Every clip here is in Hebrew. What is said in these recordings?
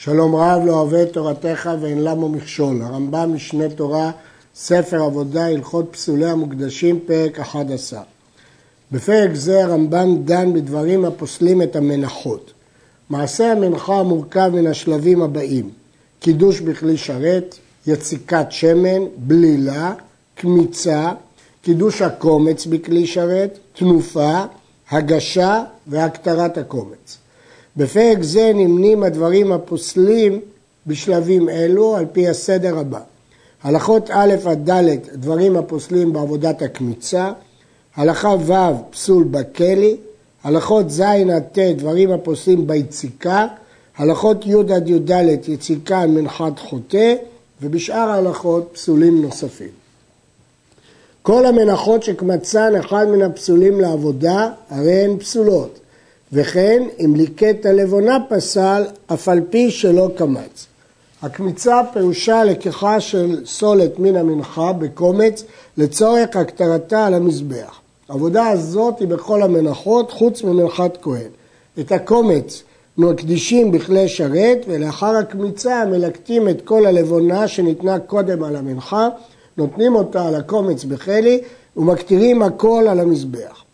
שלום רב לא אוהב את תורתך ואין למו מכשול. הרמב"ם משנה תורה, ספר עבודה, הלכות פסולי המוקדשים, פרק 11. בפרק זה הרמב"ם דן בדברים הפוסלים את המנחות. מעשה המנחה מורכב מן השלבים הבאים: קידוש בכלי שרת, יציקת שמן, בלילה, קמיצה, קידוש הקומץ בכלי שרת, תנופה, הגשה והקטרת הקומץ. בפרק זה נמנים הדברים הפוסלים בשלבים אלו על פי הסדר הבא: הלכות א' עד ד' דברים הפוסלים בעבודת הקמיצה, הלכה ו' פסול בכלי, הלכות ז' עד ט' דברים הפוסלים ביציקה, הלכות י' עד י' ד' יציקה על מנחת חוטא, ובשאר ההלכות פסולים נוספים. כל המנחות שקמצן אחד מן הפסולים לעבודה הרי הן פסולות, וכן אם ליקט הלבונה פסל אף על פי שלא קמץ. הקמיצה פירושה לקיחה של סולת מן המנחה בקומץ לצורך הקטרתה על המזבח. העבודה הזאת היא בכל המנחות חוץ ממנחת כהן. את הקומץ מקדישים בכלי שרת, ולאחר הקמיצה מלקטים את כל הלבונה שניתנה קודם על המנחה, נותנים אותה על הקומץ בכלי ומקטירים הכל על המזבח.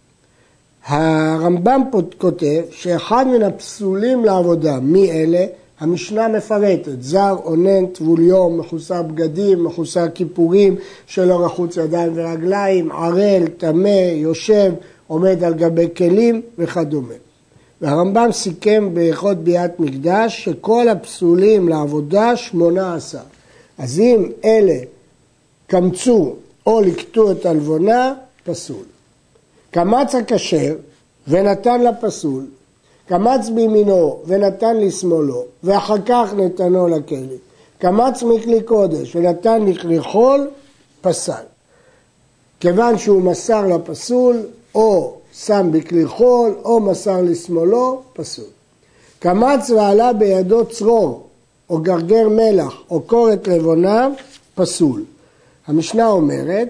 הרמב"ם כותב שאחד מן הפסולים לעבודה, מי אלה? המשנה מפרטת: זר, אונן, טבול יום, מחוסר בגדים, מחוסר כיפורים, שלא רחוץ ידיים ורגליים, ערל, טמא, יושב, עומד על גבי כלים וכדומה. והרמב"ם סיכם בהלכות ביאת מקדש שכל הפסולים לעבודה 18. אז אם אלה קמצו או לקטו את הלבונה, פסול. קמץ הכשר ונתן לפסול, קמץ בימינו ונתן לשמאלו, ואחר כך נתנו לכלי. קמץ מכלי קודש ונתן לכלי חול, פסל. כיוון שהוא מסר לפסול, או שם בכלי חול, או מסר לשמאלו, פסול. קמץ ועלה בידו צרור, או גרגר מלח, או קורת לבונה, פסול. המשנה אומרת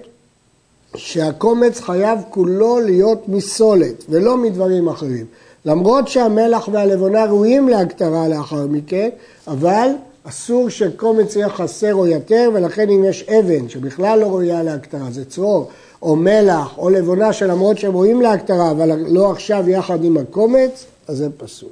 שהקומץ חייב כולו להיות מסולת ולא מדברים אחרים. למרות שהמלח והלבונה ראויים להקטרה לאחר מכן, אבל אסור שקומץ יהיה חסר או יותר, ולכן אם יש אבן שבכלל לא ראויה להקטרה, זה צרור או מלח או לבונה שלמרות שהם ראויים להקטרה, אבל לא עכשיו יחד עם הקומץ, אז זה פסול.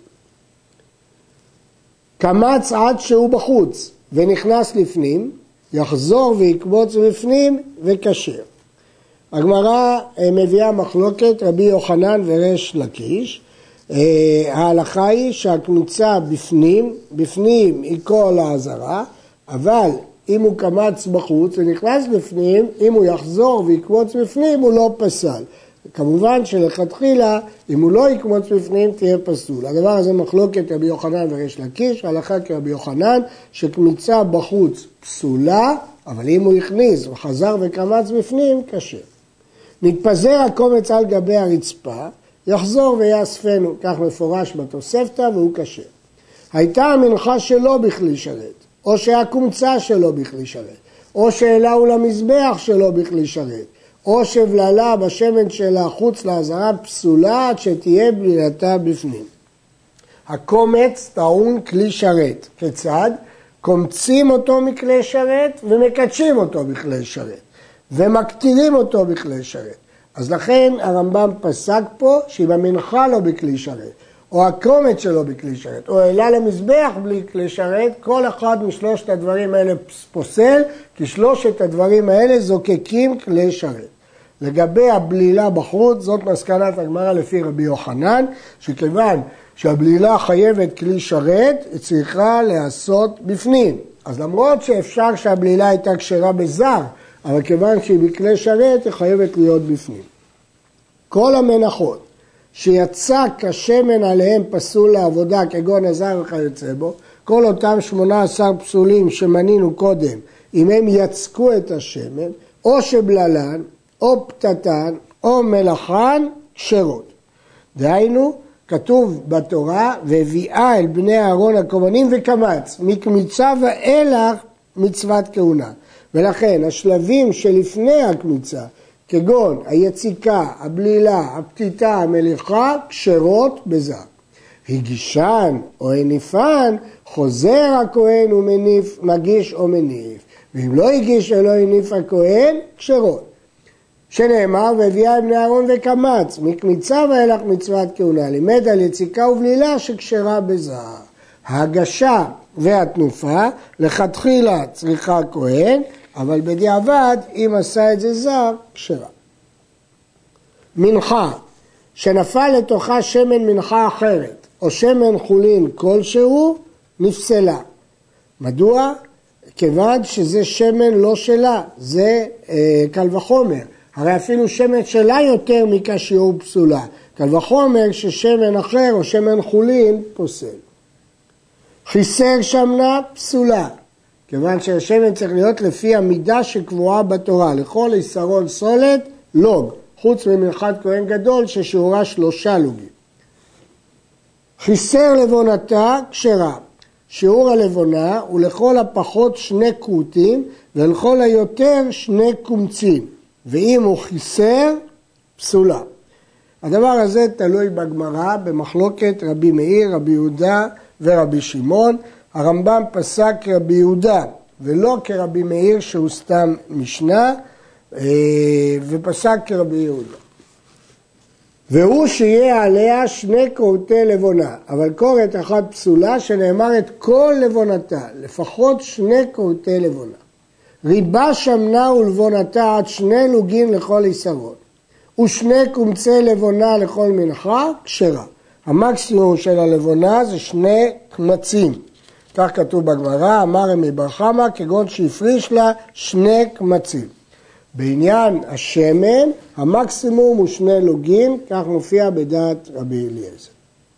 קמץ עד שהוא בחוץ ונכנס לפנים, יחזור ויקבוץ בפנים וכשר. הגמרא מביאה מחלוקת רבי יוחנן וריש לקיש. ההלכה היא שהקמיצה בפנים היא כל העזרה, אבל אם הוא קמץ בחוץ ונכנס בפנים, אם הוא יחזור ויקבוץ בפנים הוא לא פסל. כמובן שלכתחילה אם הוא לא יקמוץ בפנים תהיה פסול. הדבר הזה מחלוקת רבי יוחנן וריש לקיש. ההלכה כרבי יוחנן שקמיצה בחוץ פסולה, אבל אם הוא הכניס וחזר וקמץ בפנים קשה. נתפזר הקומץ על גבי הרצפה, יחזור ויאספנו, כך מפורש בתוספתא, והוא קשה. הייתה המנחה שלו בכלי שרת, או שהקומצה שלו בכלי שרת, או שהעלהו למזבח שלו בכלי שרת, או שבללה בשמן שלה חוץ לעזרה פסולה עד שתהיה בלילתה בפנים. הקומץ טעון כלי שרת. כיצד? קומצים אותו מכלי שרת ומקדשים אותו בכלי שרת, ומקטירים אותו בכלי שרת. אז לכן הרמב"ם פסק פה שאם המנחה לא בכלי שרת, או הקומץ שלו בכלי שרת, או העלה למזבח בלי כלי שרת, כל אחד משלושת הדברים האלה פוסל, כי שלושת הדברים האלה זוקקים כלי שרת. לגבי הבלילה בחוץ, זאת מסקנת הגמרא לפי רבי יוחנן, שכיוון שהבלילה חייבת כלי שרת, היא צריכה להיעשות בפנים. אז למרות שאפשר שהבלילה הייתה כשרה בזר, אבל כיוון שהיא בכלי שרת, היא חייבת להיות בפנים. כל המנחות שיצא כשמן עליהם פסול לעבודה, כגון הזר וכיוצא בו, כל אותם 18 פסולים שמנינו קודם, אם הם יצקו את השמן, או שבללן, או פתתן, או מלחן, כשרות. דהיינו, כתוב בתורה, והביאה אל בני אהרון הכהנים וקמץ, מקמיצה ואילך מצוות כהונה. ולכן השלבים שלפני הקמיצה, כגון היציקה, הבלילה, הפתיתה, המליחה, כשרות בזר. הגישן או הניפן, חוזר הכהן ומניף, מגיש או מניף. ואם לא הגיש ולא הניף הכהן, כשרות. שנאמר, והביאה בני אהרון וקמץ, מקמיצה ואילך מצוות כהונה, לימד על יציקה ובלילה שכשרה בזהר. ההגשה והתנופה, לכתחילה צריכה כהן, אבל בדיעבד, אם עשה את זה זר, כשרה. מנחה, שנפל לתוכה שמן מנחה אחרת, או שמן חולין כלשהו, נפסלה. מדוע? כיוון שזה שמן לא שלה, זה קל וחומר. הרי אפילו שמן שלה יותר מכשיור פסולה. קל וחומר ששמן אחר או שמן חולין פוסל. חיסר שמנה פסולה. כיוון שהשמן צריך להיות לפי המידה שקבועה בתורה. לכל יסרון סולת לוג. חוץ ממנחת כהן גדול ששיעורה 3 לוגים. חיסר לבונתה כשרה. שיעור הלבונה הוא לכל הפחות 2 כרותים ולכל היותר 2 קומצים. ואם הוא חיסר, פסולה. הדבר הזה תלוי בגמרא, במחלוקת רבי מאיר, רבי יהודה ורבי שמעון. הרמב"ם פסק כרבי יהודה, ולא כרבי מאיר שהוא סתם משנה, ופסק כרבי יהודה. והוא שיהיה עליה 2 כרותי לבונה, אבל כורת אחת פסולה שנאמר את כל לבונתה, לפחות 2 כרותי לבונה. ריבה שמנה ולבונתה עד 2 לוגין לכל יסרון, ו2 קומצי לבונה לכל מנחה, כשרה. המקסימום של הלבונה זה 2 קמצים. כך כתוב בגמרא, אמר רבי בר חמא, כגון שהפריש לה 2 קמצים. בעניין השמן, המקסימום הוא 2 לוגין, כך מופיע בדעת רבי אליעזר.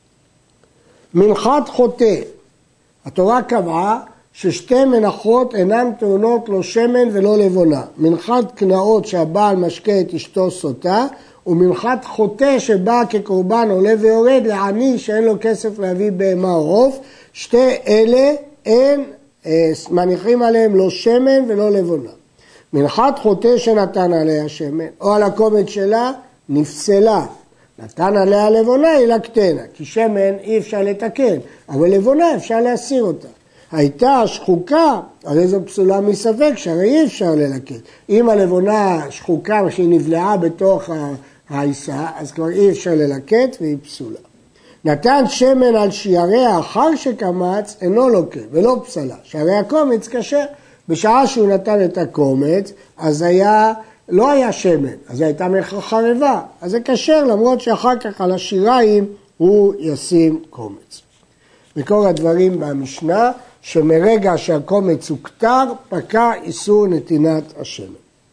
מנחת חוטא, התורה קבעה ש2 מנחות אינן טעונות לא שמן ולא לבונה. מנחת קנאות שהבעל משקה את אשתו סוטה, ומנחת חוטא שבא כקורבן עולה ויורד לעני שאין לו כסף להביא בהמה או עוף, 2 אלה אין מניחים עליהם לא שמן ולא לבונה. מנחת חוטא שנתן עליה שמן, או על הקומץ שלה, נפסלה. נתן עליה לבונה, היא לקטנה, כי שמן אי אפשר לתקן, אבל לבונה אפשר להסיר אותה. הייתה שחוקה, הרי זו פסולה מספק, שהרי אי אפשר ללקט. אם הלבונה שחוקה, שהיא נבלעה בתוך העיסה, אז כבר אי אפשר ללקט והיא פסולה. נתן שמן על שיעריה אחר שקמץ, אינו לוקה, ולא פסלה. שיערי הקומץ קשה. בשעה שהוא נתן את הקומץ, אז לא היה שמן, אז הייתה חרבה. אז זה קשר, למרות שאחר כך על השיריים הוא ישים קומץ. מקור הדברים במשנה, שמרגע שהקומץ הוקטר, פקע איסור נתינת השמן.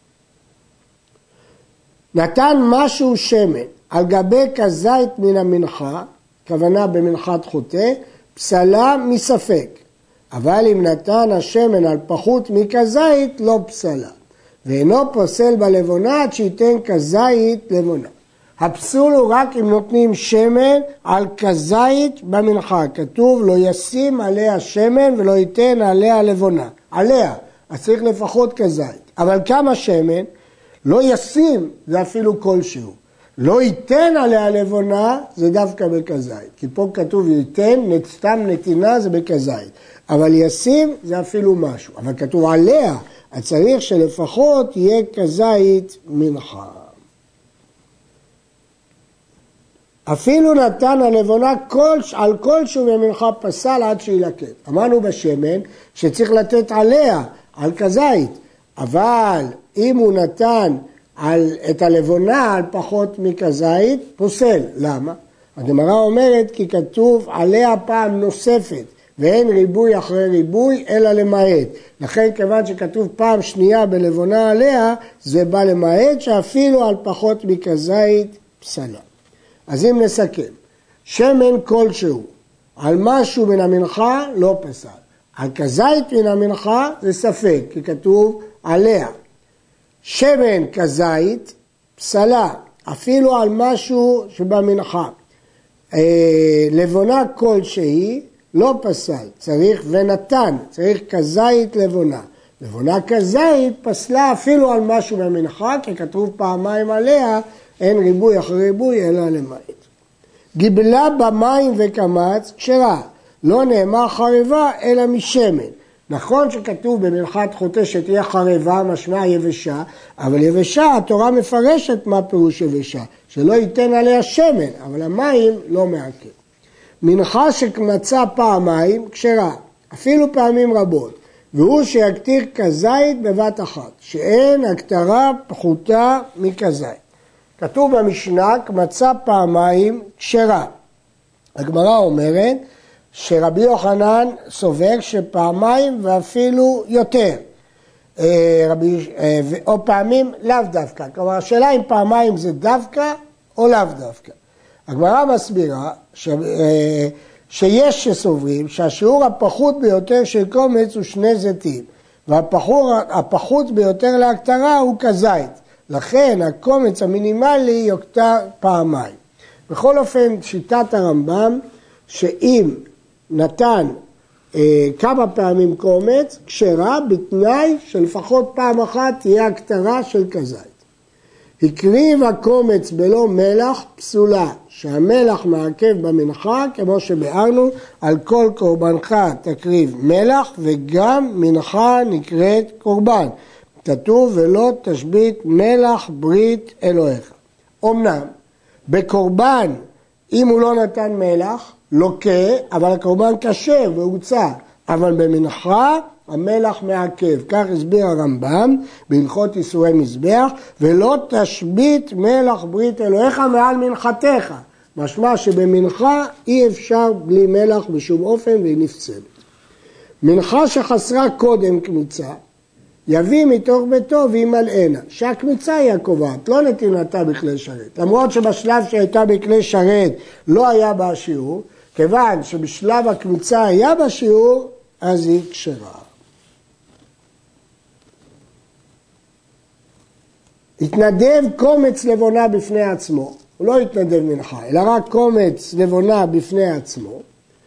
נתן משהו שמן על גבי כזית מן המנחה, כוונה במנחת חוטא, פסלה מספק. אבל אם נתן השמן על פחות מכזית, לא פסלה. ואינו פוסל בלבונה עד שייתן כזית לבונה. הפסול הוא רק אם נותנים שמן על כזית במנחה. כתוב לא ישים עליה שמן ולא ייתן עליה לבונה. עליה, אז צריך לפחות כזית. אבל כמה שמן? לא ישים, זה אפילו כלשהו. לא ייתן עליה לבונה, זה דווקא בכזית. כי פה כתוב ייתן, סתם נתינה זה בכזית. אבל ישים זה אפילו משהו. אבל כתוב עליה, אז צריך שלפחות יהיה כזית מנחה. אפילו נתן הלבונה על כלשהו במנחה פסל עד שילקט. אמרנו בשמן שצריך לתת עליה, על כזית. אבל אם הוא נתן את הלבונה על פחות מכזית, פוסל. למה? הגמרא אומרת כי כתוב עליה פעם נוספת, ואין ריבוי אחרי ריבוי אלא למעט. לכן כיוון שכתוב פעם שנייה בלבונה עליה, זה בא למעט שאפילו על פחות מכזית פסלה. אז אם נסכם, שמן כלשהו על משהו מן המנחה לא פסל. על כזית מן המנחה זה ספק, כי כתוב עליה. שמן כזית פסלה, אפילו על משהו שבמנחה. לבונה כלשהי לא פסל, צריך ונתן, צריך כזית לבונה. לבונה כזית פסלה אפילו על משהו במנחה, כי כתוב פעמיים עליה, אין ריבוי אחרי ריבוי אלא למעט. גיבלה במים וקמץ כשרה, לא נאמר חרבה אלא משמן. נכון שכתוב במנחת חוטא שתהיה חרבה משמע יבשה, אבל יבשה התורה מפרשת מה פירוש יבשה, שלא ייתן עליה שמן, אבל המים לא מעכב. מנחה שקמצה פעמיים כשרה, אפילו פעמים רבות, והוא שיקטיר כזית בבת אחת, שאין הקטרה פחותה מכזית. כתוב במשנה, קמצה פעמיים כשרה. הגמרא אומרת שרבי יוחנן סובר שפעמיים ואפילו יותר, או פעמים לאו דווקא. כלומר, השאלה אם פעמיים זה דווקא או לאו דווקא. הגמרא מסבירה שיש שסוברים שהשיעור הפחות ביותר של קומץ הוא 2 זיתים, והפחות ביותר להקטרה הוא כזית. לכן הקומץ המינימלי יוקטר פעמיים. בכל אופן, שיטת הרמב"ם, שאם נתן כמה פעמים קומץ, כשרה בתנאי שלפחות פעם אחת תהיה הקטרה של כזית. הקריב הקומץ בלא מלח פסולה, שהמלח מעכב במנחה, כמו שבארנו, על כל קורבנך תקריב מלח, וגם מנחה נקראת קורבן. כתוב ולא תשבית מלח ברית אלוהיך. אמנם, בקורבן, אם הוא לא נתן מלח, לוקה, אבל הקורבן כשר והוצא, אבל במנחה המלח מעכב. כך הסביר הרמב"ם בהלכות איסורי מזבח, ולא תשבית מלח ברית אלוהיך מעל מנחתך. משמע שבמנחה אי אפשר בלי מלח בשום אופן והיא נפסלת. מנחה שחסרה קודם קמיצה, יביא מתוך ביתו וימלאנה, שהקמיצה היא הקובעת, לא נתינתה בכלי שרת. למרות שבשלב שהייתה בכלי שרת לא היה בה שיעור, כיוון שבשלב הקמיצה היה בה שיעור, אז היא כשרה. התנדב קומץ לבונה בפני עצמו, הוא לא התנדב מנחה, אלא רק קומץ לבונה בפני עצמו.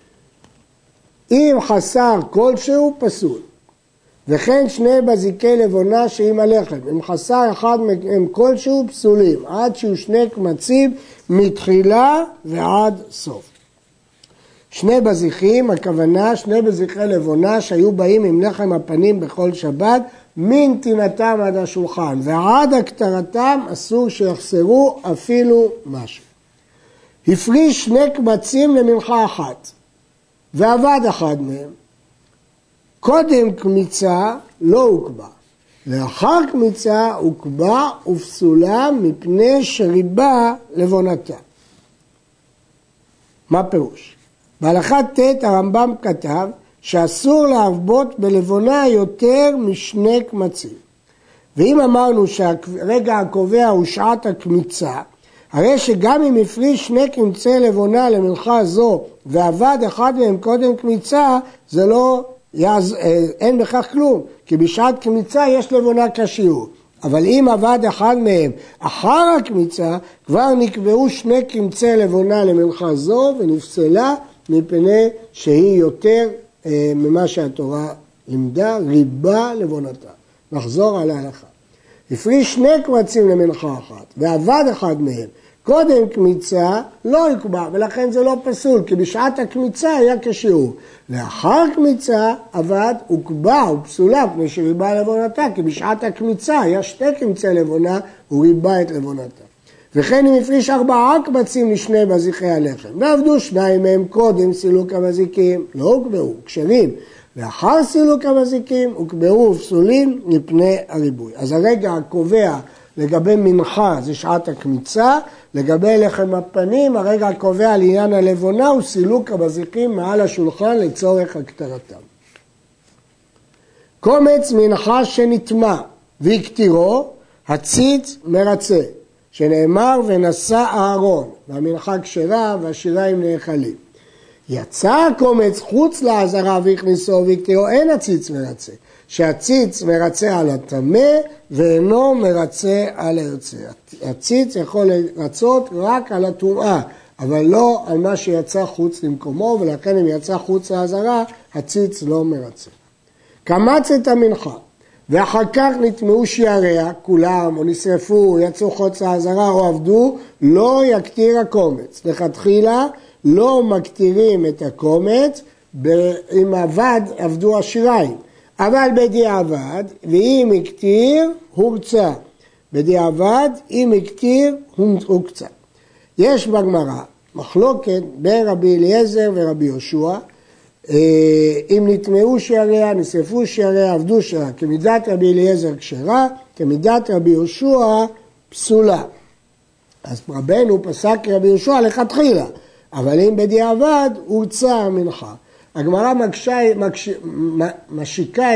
אם חסר כלשהו פסול. וכן 2 בזיקי לבונה שעם הלחם, אם חסר אחד מהם כלשהו פסולים, עד שיהיו 2 קמצים מתחילה ועד סוף. 2 בזיכים, הכוונה 2 בזיקי לבונה שהיו באים עם לחם הפנים בכל שבת, מנתינתם עד השולחן, ועד הקטרתם אסור שיחסרו אפילו משהו. הפריש 2 קמצים למנחה אחת, ועבד אחד מהם. קודם קמיצה לא הוקבע, לאחר קמיצה הוקבע ופסולה מפני שריבה לבונתה. מה פירוש? בהלכה ט' הרמב"ם כתב שאסור להרבות בלבונה יותר מ2 קמצים. ואם אמרנו שהרגע הקובע הוא שעת הקמיצה, הרי שגם אם הפריש 2 קמצי לבונה למנחה זו ועבד אחד מהם קודם קמיצה, זה לא אין בכך כלום, כי בשעת קמיצה יש לבונה כשיעור. אבל אם עבד אחד מהם אחר הקמיצה, כבר נקבעו 2 קמצי לבונה למנחה זו ונפסלה מפני שהיא יותר ממה שהתורה לימדה, ריבה לבונתה. נחזור על ההלכה. הפריש 2 קמצים למנחה אחת ועבד אחד מהם קודם קמיצה לא יקבע, ולכן זה לא פסול, כי בשעת הקמיצה היה כשיעור. לאחר קמיצה עבד וקבע ופסולה, מפני שריבה לבונתה, כי בשעת הקמיצה היה 2 קמצי לבונה, הוא ריבה את לבונתה. וכן אם הפריש 4 קמצים ל2 בזיקי הלחם, ועבדו 2 מהם קודם סילוק הבזיקים, לא הוקבעו, כשרים. לאחר סילוק הבזיקים הוקבעו ופסולים מפני הריבוי. אז הרגע הקובע לגבי מנחה זה שעת הקמיצה, לגבי לחם הפנים הרגע הקובע לעניין הלבונה הוא סילוק הבזיקים מעל השולחן לצורך הקטרתם. קומץ מנחה שנטמע והקטירו, הציץ מרצה, שנאמר ונשא אהרון, והמנחה כשרה והשיריים נאכלים. יצא הקומץ חוץ לעזרה והכניסו והקטירו, אין הציץ מרצה. שהציץ מרצה על הטמא ואינו מרצה על הרצה. הציץ יכול לרצות רק על הטומאה, אבל לא על מה שיצא חוץ למקומו, ולכן אם יצא חוץ לעזרה, הציץ לא מרצה. קמץ את המנחה, ואחר כך נטמעו שיעריה, כולם, או נשרפו, יצאו חוץ העזרה או עבדו, לא יקטיר הקומץ. לכתחילה לא מקטירים את הקומץ, אם עבד עבדו השיריים. אבל בדיעבד, ואם הקטיר, הורצה. בדיעבד, אם הקטיר, הוקצה. יש בגמרא מחלוקת בין רבי אליעזר ורבי יהושע, אם נטמעו שעריה, נשרפו שעריה, עבדו שעריה, כמידת רבי אליעזר כשרה, כמידת רבי יהושע פסולה. אז רבנו פסק רבי יהושע לכתחילה, אבל אם בדיעבד הורצה המנחה. הגמרא מקישה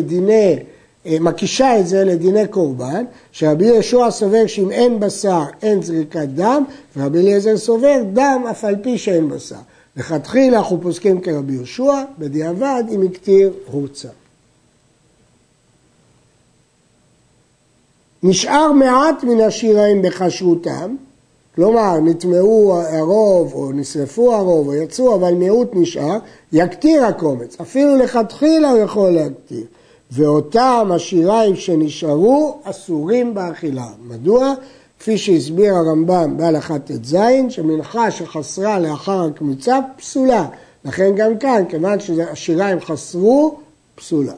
את זה לדיני קורבן, שרבי יהושע סובר שאם אין בשר אין זריקת דם, ורבי אליעזר סובר דם אף על פי שאין בשר. לכתחילה אנחנו פוסקים כרבי יהושע, בדיעבד אם הקטיר הורצה. נשאר מעט מן השיריים בכשרותם, כלומר נטמעו הרוב או נשרפו הרוב או יצאו, אבל מיעוט נשאר, יקטיר הקומץ, אפילו לכתחילה הוא יכול להקטיר. ואותם השיריים שנשארו אסורים באכילה. מדוע? כפי שהסביר הרמב"ם בהלכת ט"ז, שמנחה שחסרה לאחר הקמיצה פסולה. לכן גם כאן, כיוון שהשיריים חסרו, פסולה.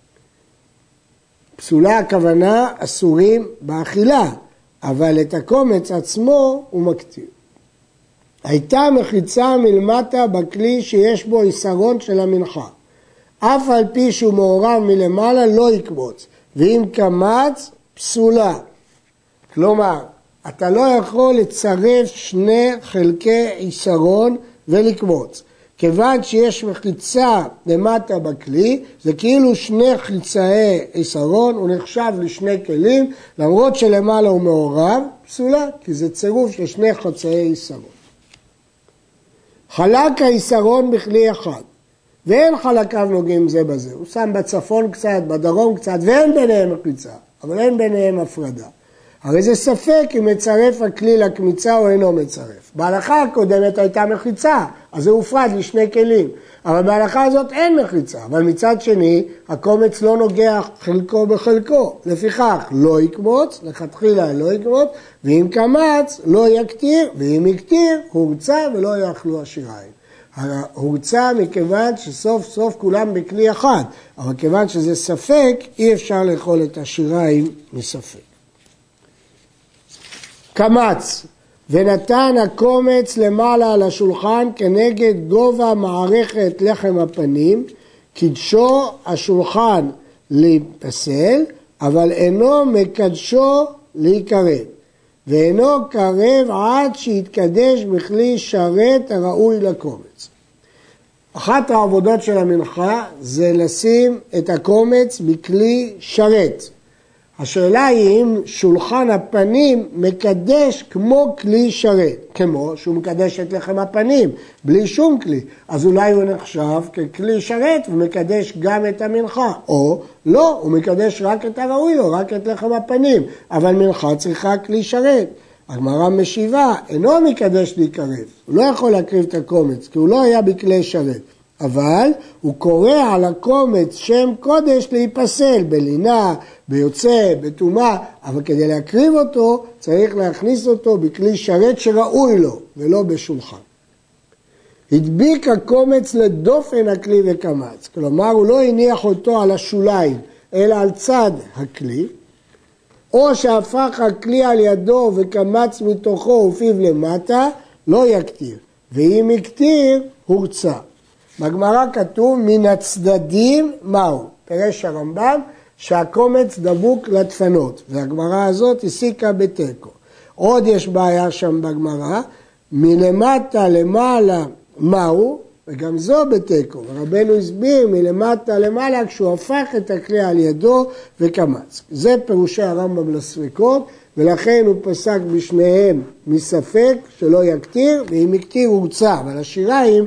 פסולה הכוונה אסורים באכילה, אבל את הקומץ עצמו הוא מקטיר. הייתה מחיצה מלמטה בכלי שיש בו יסרון של המנחה. אף על פי שהוא מעורב מלמעלה לא יקבוץ, ואם קמץ פסולה. כלומר, אתה לא יכול לצרף שני חלקי יסרון ולקבוץ. כיוון שיש מחיצה למטה בכלי, זה כאילו שני חיצאי יסרון, הוא נחשב לשני כלים, למרות שלמעלה הוא מעורב, פסולה, כי זה צירוף של שני חצאי יסרון. חלק היסרון בכלי אחד. ואין חלקיו נוגעים זה בזה, הוא שם בצפון קצת, בדרום קצת, ואין ביניהם מחיצה, אבל אין ביניהם הפרדה. הרי זה ספק אם מצרף הכלי לקמיצה או אינו מצרף. בהלכה הקודמת הייתה מחיצה, אז זה הופרד לשני כלים, אבל בהלכה הזאת אין מחיצה, אבל מצד שני, הקומץ לא נוגע חלקו בחלקו, לפיכך לא יקמוץ, לכתחילה לא יקמוץ, ואם קמץ לא יקטיר, ואם יקטיר, הורצה ולא יאכלו השיריים. הורצה מכיוון שסוף סוף כולם בכלי אחד, אבל כיוון שזה ספק, אי אפשר לאכול את השיריים מספק. קמץ, ונתן הקומץ למעלה על השולחן כנגד גובה מערכת לחם הפנים, קידשו השולחן להיפסל, אבל אינו מקדשו להיקרב. ואינו קרב עד שיתקדש בכלי שרת הראוי לקומץ. אחת העבודות של המנחה זה לשים את הקומץ בכלי שרת. השאלה היא אם שולחן הפנים מקדש כמו כלי שרת, כמו שהוא מקדש את לחם הפנים, בלי שום כלי. אז אולי הוא נחשב ככלי שרת ומקדש גם את המנחה, או לא, הוא מקדש רק את הראוי לו, רק את לחם הפנים, אבל מנחה צריכה כלי שרת. הגמרא משיבה, אינו מקדש להיקרב, הוא לא יכול להקריב את הקומץ, כי הוא לא היה בכלי שרת. אבל הוא קורא על הקומץ שם קודש להיפסל בלינה, ביוצא, בטומאה, אבל כדי להקריב אותו צריך להכניס אותו בכלי שרת שראוי לו ולא בשולחן. הדביק הקומץ לדופן הכלי וקמץ, כלומר הוא לא הניח אותו על השוליים אלא על צד הכלי, או שהפך הכלי על ידו וקמץ מתוכו ופיו למטה, לא יקטיר, ואם יקטיר הורצה. בגמרא כתוב מן הצדדים מהו, פירש הרמב"ם שהקומץ דבוק לדפנות, והגמרא הזאת הסיקה בתיקו. עוד יש בעיה שם בגמרא, מלמטה למעלה מהו, וגם זו בתיקו, ורבנו הסביר מלמטה למעלה כשהוא הפך את הכלי על ידו וקמץ. זה פירושי הרמב"ם לספקות, ולכן הוא פסק בשניהם מספק שלא יקטיר, ואם יקטיר הורצה, אבל השיריים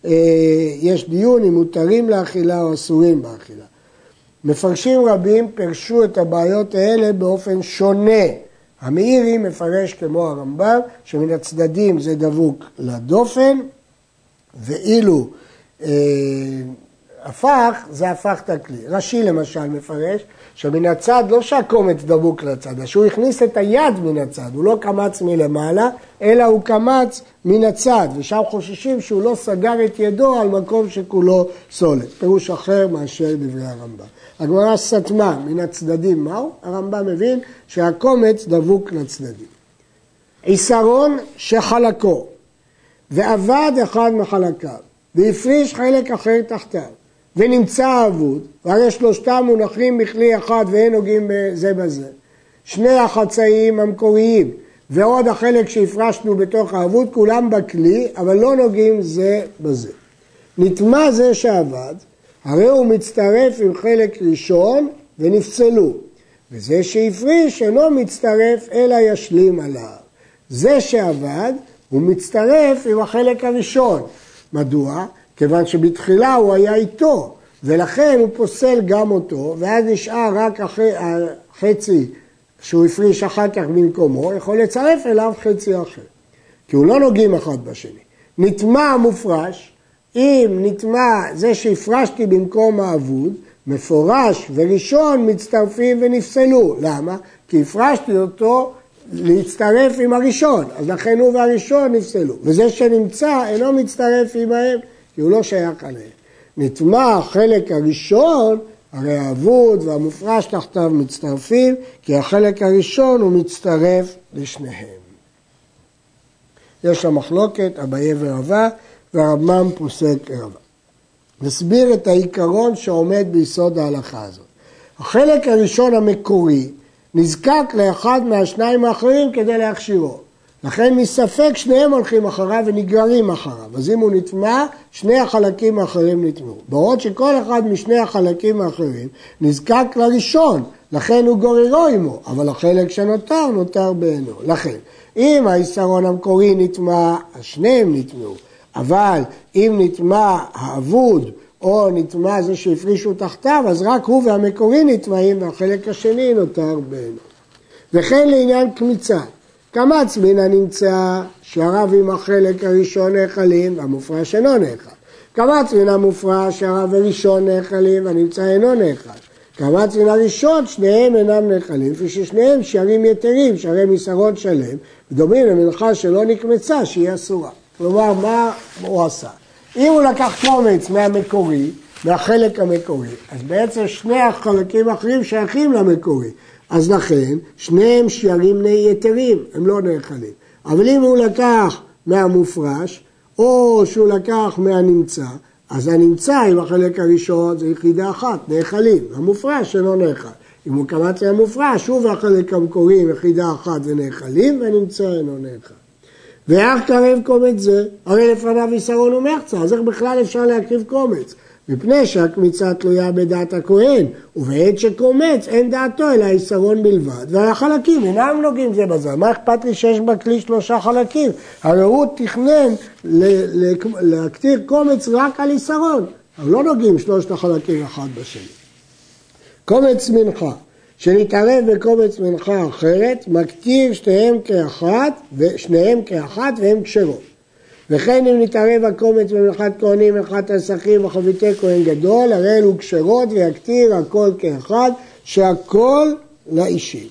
יש דיון אם מותרים לאכילה או אסורים באכילה. מפרשים רבים פרשו את הבעיות האלה באופן שונה. המאירי מפרש כמו הרמב"ם שמן הצדדים זה דבוק לדופן, ואילו הפך זה הפך את הכלי. רש"י למשל מפרש שמן הצד לא שהקומץ דבוק לצד, שהוא הכניס את היד מן הצד, הוא לא קמץ מלמעלה, אלא הוא קמץ מן הצד, ושם חוששים שהוא לא סגר את ידו על מקום שכולו סולת. פירוש אחר מאשר דברי הרמב"ם. הגמרא סתמה מן הצדדים מהו? הרמב"ם מבין שהקומץ דבוק לצדדים. עיסרון שחלקו ועבד אחד מחלקיו והפריש חלק אחר תחתיו ונמצא האבוד, והרי שלושתם מונחים בכלי אחד ואין נוגעים זה בזה. שני החצאים המקוריים ועוד החלק שהפרשנו בתוך האבוד, כולם בכלי, אבל לא נוגעים זה בזה. נטמע זה שעבד, הרי הוא מצטרף עם חלק ראשון ונפסלו, וזה שהפריש אינו מצטרף אלא ישלים עליו. זה שעבד הוא מצטרף עם החלק הראשון. מדוע? כיוון שבתחילה הוא היה איתו, ולכן הוא פוסל גם אותו, ואז נשאר רק החצי שהוא הפריש אחר כך במקומו, יכול לצרף אליו חצי אחר, כי הוא לא נוגעים אחד בשני. נטמע המופרש, אם נטמע זה שהפרשתי במקום האבוד, מפורש וראשון מצטרפים ונפסלו. למה? כי הפרשתי אותו להצטרף עם הראשון, אז לכן הוא והראשון נפסלו. וזה שנמצא אינו מצטרף עמהם, כי הוא לא שייך עליהם. נטמע החלק הראשון, הרי האבוד והמופרש תחתיו מצטרפים, כי החלק הראשון הוא מצטרף לשניהם. יש שם מחלוקת, אביי ורבא, והרמב"ם פוסק רבא. נסביר את העיקרון שעומד ביסוד ההלכה הזאת. החלק הראשון המקורי נזקק לאחד מהשניים האחרים כדי להכשירו. לכן מספק שניהם הולכים אחריו ונגררים אחריו. אז אם הוא נטמע, שני החלקים האחרים נטמעו. בעוד שכל אחד משני החלקים האחרים נזקק לראשון, לכן הוא גוררו עמו, אבל החלק שנותר נותר בעינו. לכן, אם העיסרון המקורי נטמע, שניהם נטמעו. אבל אם נטמע האבוד או נטמע זה שהפרישו תחתיו, אז רק הוא והמקורי נטמעים והחלק השני נותר בעינו. וכן לעניין קמיצה, קמץ מן הנמצא שהרב עם החלק הראשון נאכלים והמופרש אינו נאכל. קמץ מן המופרש שהרב הראשון נאכלים והנמצא אינו נאכל. קמץ מן הראשון שניהם אינם נאכלים, וששניהם שערים יתרים, שערי מסרון שלם, ודומים למנחה שלא נקמצה שהיא אסורה. כלומר, מה הוא עשה? אם הוא לקח קומץ מהמקורי, מהחלק המקורי, אז בעצם שני החלקים האחרים שייכים למקורי. אז לכן, שניהם שערים יתרים, הם לא נאכלים. אבל אם הוא לקח מהמופרש, או שהוא לקח מהנמצא, אז הנמצא עם החלק הראשון זה יחידה אחת, נאכלים. המופרש אינו נאכל. אם הוא קמץ מהמופרש, הוא והחלק המקורי עם יחידה אחת ונאכלים, והנמצא אינו נאכל. ואיך קרב קומץ זה? הרי לפניו עיסרון ומחצה, אז איך בכלל אפשר להקריב קומץ? מפני שהקמיצה תלויה בדעת הכהן, ובעת שקומץ אין דעתו אלא עיסרון בלבד, והחלקים אינם נוגעים זה בזה. מה אכפת לי שיש בכלי 3 חלקים? הרי הוא תכנן להקטיר קומץ רק על עיסרון, אבל לא נוגעים 3 החלקים אחד בשני. קומץ מנחה, שנתערב בקומץ מנחה אחרת, מקטיר שניהם כאחת והם כשרות. וכן אם נתערב הקומץ במנחת כהנים, מנחת הסכים וחביתי כהן גדול, הרי אלו כשרות ויקטיר הכל כאחד, שהכל לאישים.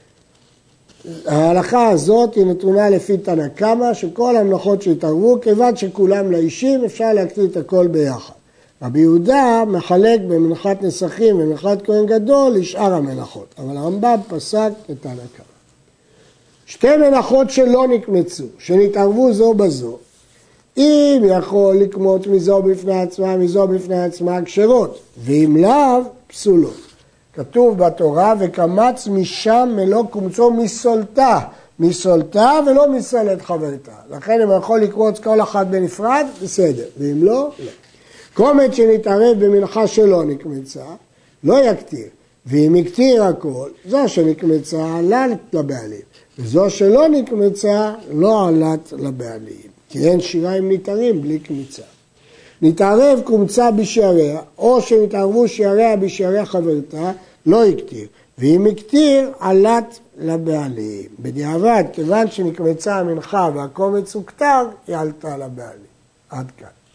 ההלכה הזאת היא נתונה לפי תנא קמא, שכל המלאכות שהתערבו, כיוון שכולם לאישים, אפשר להקטיר את הכל ביחד. רבי יהודה מחלק במנחת נסכים ומנחת כהן גדול לשאר המלאכות, אבל הרמב"ם פסק את תנא קמא. שתי מלאכות שלא נקמצו, שנתערבו זו בזו, אם יכול לקמות מזו בפני עצמה, מזו בפני עצמה כשרות, ואם לאו, פסולות. כתוב בתורה, וקמץ משם מלוא קומצו מסולתה, מסולתה ולא מסולת חברתה. לכן אם יכול לקמוץ כל אחד בנפרד, בסדר, ואם לא, לא. קומץ שנתערב במנחה שלא נקמצה, לא יקטיר, ואם יקטיר הכל, זו שנקמצה עלת לבעלים, וזו שלא נקמצה לא עלת לבעלים. כי אין שיריים ניתרים בלי קמיצה. נתערב קומצה בשעריה, או שנתערבו שעריה בשעריה חברתה, לא יקטיר. ואם יקטיר, עלת לבעלים. בדיעבד, כיוון שנקמצה המנחה והקומץ הוקטר, היא עלתה לבעלים. עד כאן.